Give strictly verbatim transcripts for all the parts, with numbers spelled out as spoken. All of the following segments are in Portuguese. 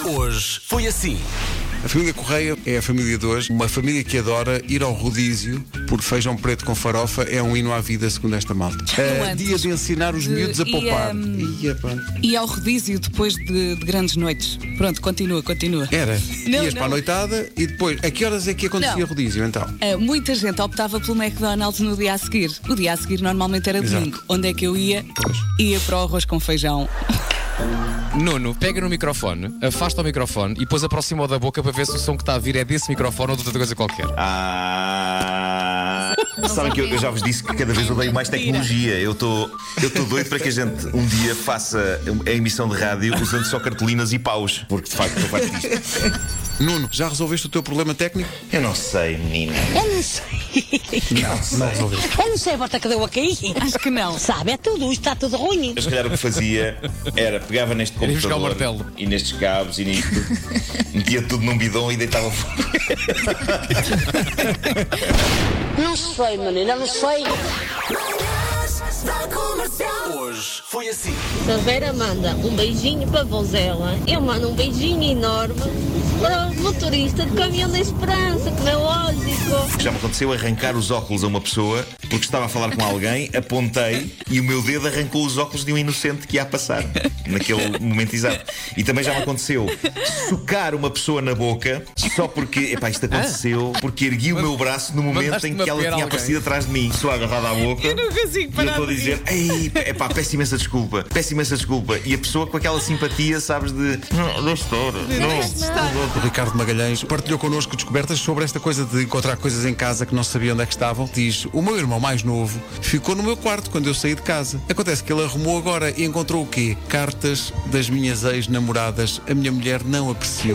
Hoje foi assim. A família Correia é a família de hoje, uma família que adora ir ao rodízio por feijão preto com farofa. É um hino à vida, segundo esta malta. É dia de ensinar os de, miúdos a poupar. E, Ia, pá. e ao rodízio depois de, de grandes noites. Pronto, continua, continua. Era. Não, Ias não. para a noitada e depois, a que horas é que acontecia Não. rodízio então? Uh, muita gente optava pelo McDonald's no dia a seguir. O dia a seguir normalmente era Exato. domingo. Onde é que eu ia? Pois. Ia para o arroz com feijão. Nuno, pega no microfone, afasta o microfone e depois aproxima-o da boca para ver se o som que está a vir é desse microfone ou de outra coisa qualquer. Ah, sabem que eu, eu já vos disse que cada vez odeio mais tecnologia. Eu estou eu estou doido para que a gente um dia faça a emissão de rádio usando só cartolinas e paus, porque de facto estou farto disto. Nuno, já resolveste o teu problema técnico? Eu não sei, menina. Eu não sei. Não, não resolveste. Eu não sei a volta que deu aqui. Acho que não. Sabe, é tudo, isto está tudo ruim. Eu se calhar o que fazia era pegava neste Era ir buscar o computador martelo. e nestes cabos e nisto, metia tudo num bidão e deitava fogo. Não sei, menina, não sei. Hoje foi assim. Se a Vera manda um beijinho para a Vonzela, eu mando um beijinho enorme para o motorista de caminhão da Esperança, como é lógico. Já me aconteceu arrancar os óculos a uma pessoa porque estava a falar com alguém, apontei e o meu dedo arrancou os óculos de um inocente que ia a passar naquele momento exato. E também já me aconteceu socar uma pessoa na boca só porque, epá, isto aconteceu porque ergui o meu braço no momento Mandaste em que ela mapear tinha alguém. aparecido atrás de mim, só agarrada à boca. Eu não consigo E eu parar estou a de dizer, ei, epá, peço imensa desculpa, peço imensa desculpa. E a pessoa com aquela simpatia, sabes, de não, deixa estar, não. O Ricardo Magalhães partilhou connosco descobertas sobre esta coisa de encontrar coisas em casa que não sabia onde é que estavam. Diz, o meu irmão mais novo ficou no meu quarto quando eu saí de casa. Acontece que ele arrumou agora e encontrou o quê? Cartas das minhas ex-namoradas. A minha mulher não apreciou.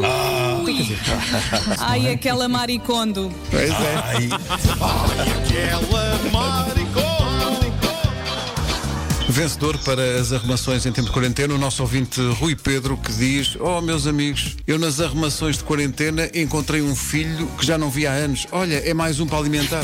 Ai, aquela maricondo. Pois é. Ai, Vencedor para as arrumações em tempo de quarentena, o nosso ouvinte Rui Pedro, que diz: oh, meus amigos, eu nas arrumações de quarentena encontrei um filho que já não vi há anos. Olha, é mais um para alimentar.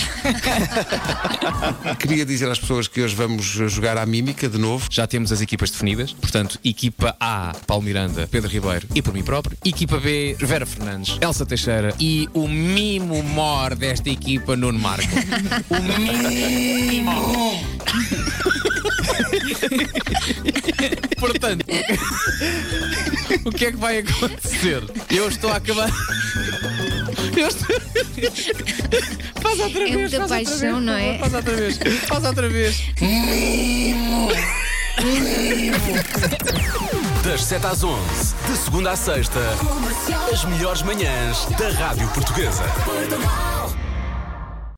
Queria dizer às pessoas que hoje vamos jogar à mímica de novo. Já temos as equipas definidas, portanto, equipa A, Paulo Miranda, Pedro Ribeiro e por mim próprio. Equipa B, Vera Fernandes, Elsa Teixeira e o mimo mor desta equipa, Nuno Marco. O mimo! Portanto, o que é que vai acontecer? Eu estou a acabar. Eu estou... Faz outra É vez, muita faz outra paixão, vez, não é? Faz outra vez, faz outra vez. Das sete às onze, de segunda à sexta, as melhores manhãs da Rádio Portuguesa.